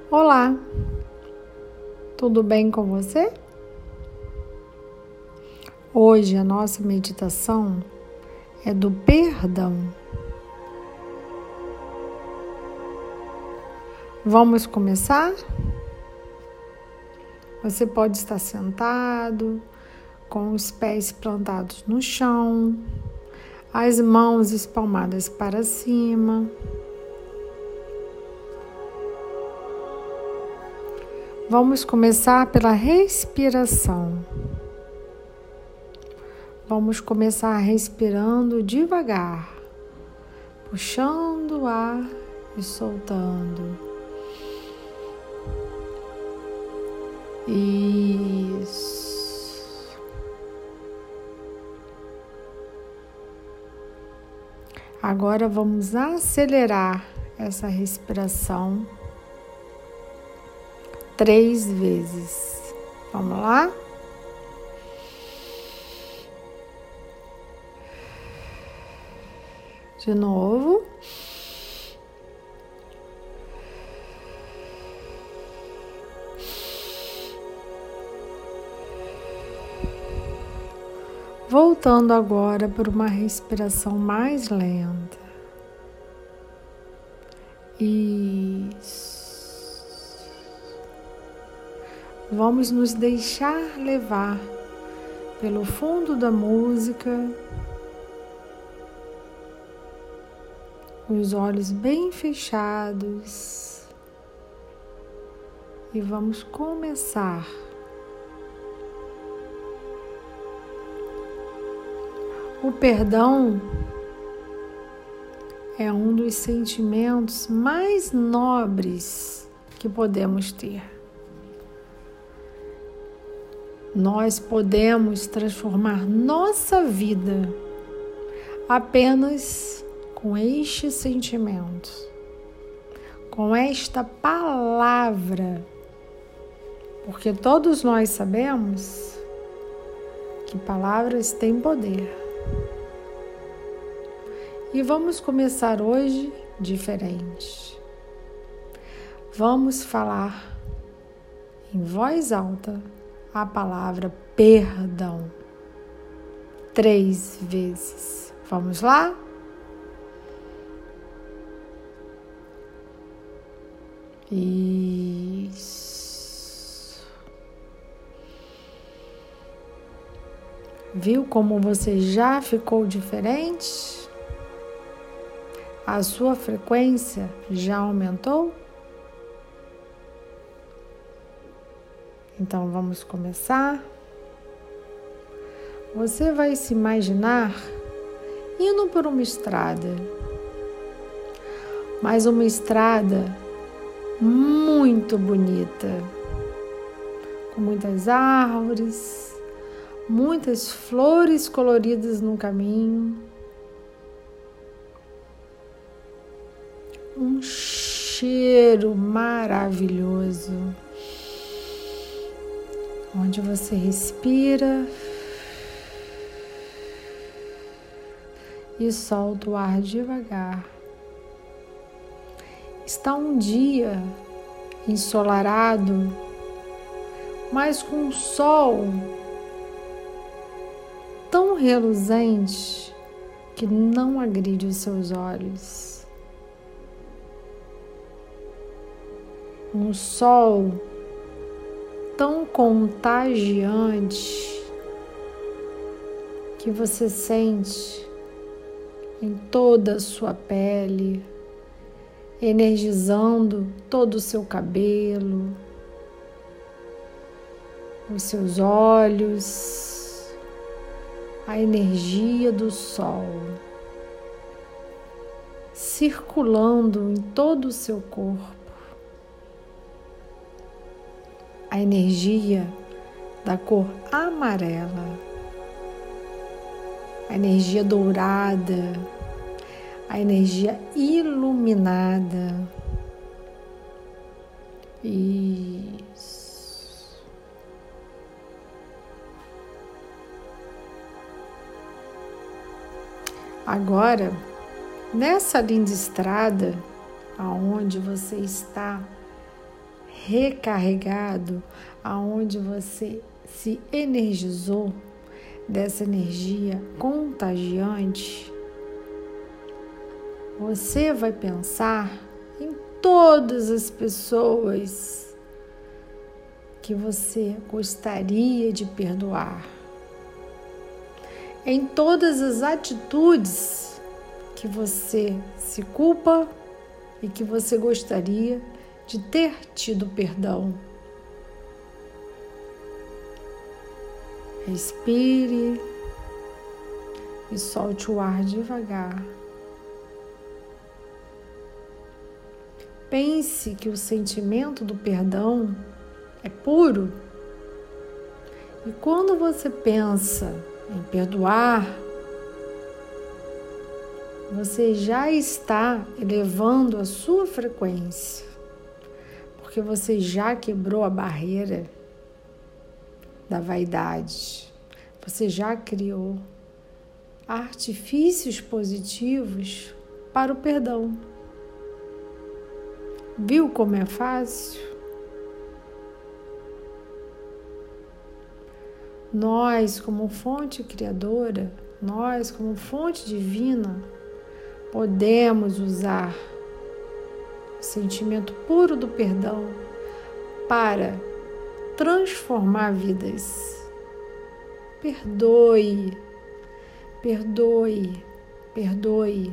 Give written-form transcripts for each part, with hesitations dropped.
Olá, tudo bem com você? Hoje a nossa meditação é do perdão. Vamos começar? Você pode estar sentado, com os pés plantados no chão, as mãos espalmadas para cima. Vamos começar pela respiração. Vamos começar respirando devagar, puxando o ar e soltando. Isso. Agora vamos acelerar essa respiração 3 vezes. Vamos lá? De novo. Voltando agora para uma respiração mais lenta. Isso. Vamos nos deixar levar pelo fundo da música, os olhos bem fechados, e vamos começar. O perdão é um dos sentimentos mais nobres que podemos ter. Nós podemos transformar nossa vida apenas com este sentimento, com esta palavra, porque todos nós sabemos que palavras têm poder. E vamos começar hoje diferente. Vamos falar em voz alta a palavra perdão 3 vezes. Vamos lá? Isso. Viu como você já ficou diferente? A sua frequência já aumentou? Então vamos começar. Você vai se imaginar indo por uma estrada, mas uma estrada muito bonita, com muitas árvores, muitas flores coloridas no caminho, um cheiro maravilhoso, onde você respira e solta o ar devagar. Está um dia ensolarado, mas com um sol tão reluzente que não agride os seus olhos. Um sol tão contagiante que você sente em toda a sua pele, energizando todo o seu cabelo, os seus olhos, a energia do sol circulando em todo o seu corpo. A energia da cor amarela, a energia dourada, a energia iluminada. Isso. Agora, nessa linda estrada aonde você está recarregado, aonde você se energizou dessa energia contagiante, você vai pensar em todas as pessoas que você gostaria de perdoar, em todas as atitudes que você se culpa e que você gostaria de ter tido perdão. Respire e solte o ar devagar. Pense que o sentimento do perdão é puro. E quando você pensa em perdoar, você já está elevando a sua frequência, porque você já quebrou a barreira da vaidade. Você já criou artifícios positivos para o perdão. Viu como é fácil? Nós, como fonte criadora, nós, como fonte divina, podemos usar o sentimento puro do perdão para transformar vidas. Perdoe, perdoe, perdoe.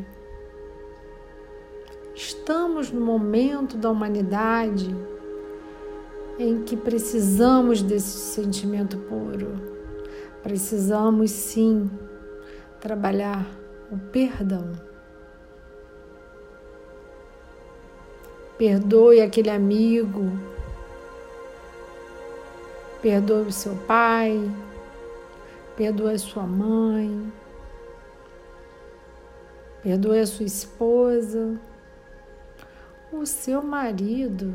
Estamos no momento da humanidade em que precisamos desse sentimento puro. Precisamos sim trabalhar o perdão. Perdoe aquele amigo, perdoe o seu pai, perdoe a sua mãe, perdoe a sua esposa, o seu marido.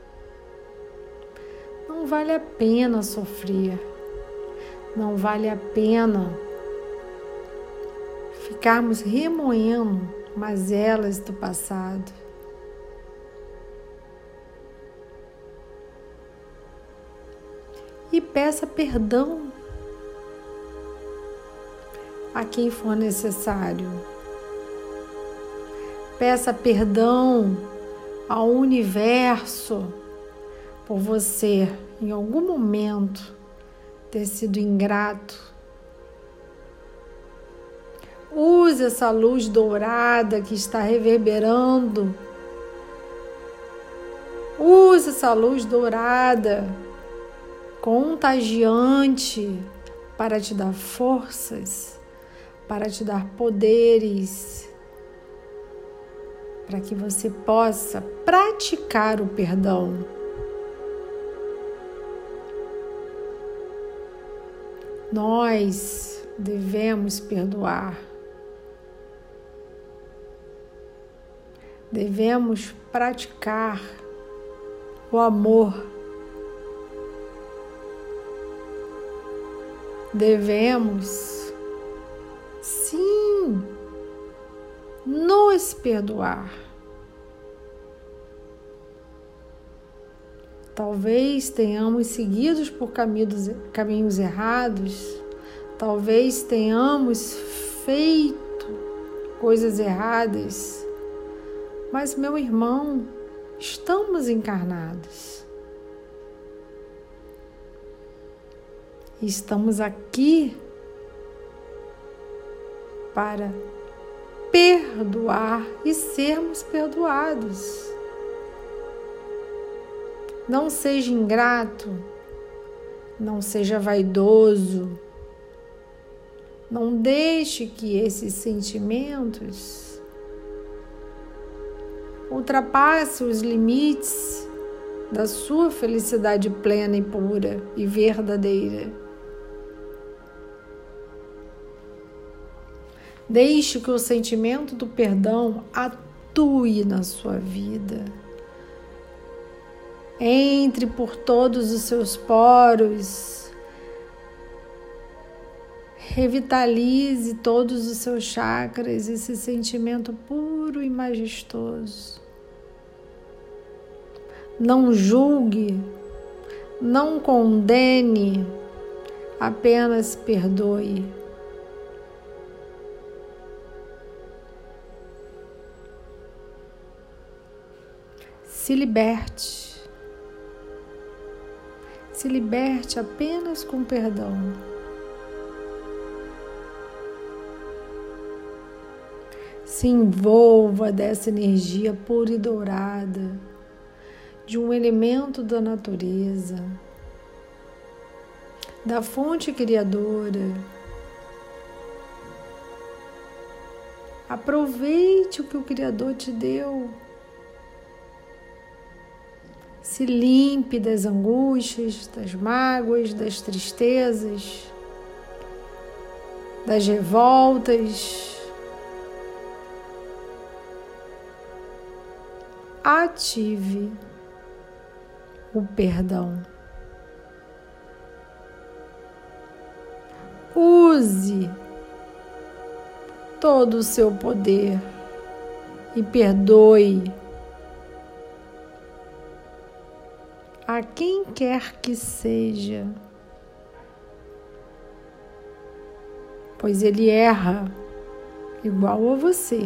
Não vale a pena sofrer, não vale a pena ficarmos remoendo mazelas do passado. E peça perdão a quem for necessário. Peça perdão ao universo por você, em algum momento, ter sido ingrato. Use essa luz dourada que está reverberando. Use essa luz dourada contagiante para te dar forças, para te dar poderes, para que você possa praticar o perdão. Nós devemos perdoar. Devemos praticar o amor. Devemos, sim, nos perdoar. Talvez tenhamos seguido por caminhos errados, talvez tenhamos feito coisas erradas, mas, meu irmão, estamos encarnados. E estamos aqui para perdoar e sermos perdoados. Não seja ingrato, não seja vaidoso, não deixe que esses sentimentos ultrapassem os limites da sua felicidade plena e pura e verdadeira. Deixe que o sentimento do perdão atue na sua vida. Entre por todos os seus poros. Revitalize todos os seus chakras, esse sentimento puro e majestoso. Não julgue, não condene, apenas perdoe. Se liberte. Se liberte apenas com perdão. Se envolva dessa energia pura e dourada, de um elemento da natureza, da fonte criadora. Aproveite o que o Criador te deu. Se limpe das angústias, das mágoas, das tristezas, das revoltas. Ative o perdão. Use todo o seu poder e perdoe a quem quer que seja, pois ele erra igual a você,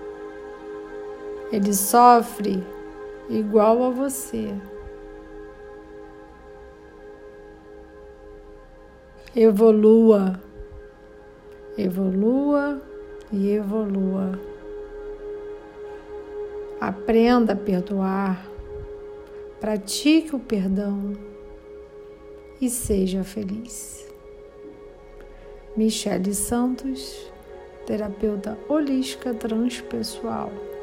ele sofre igual a você. Evolua, evolua e evolua. Aprenda a perdoar, pratique o perdão e seja feliz. Michele Santos, terapeuta holística transpessoal.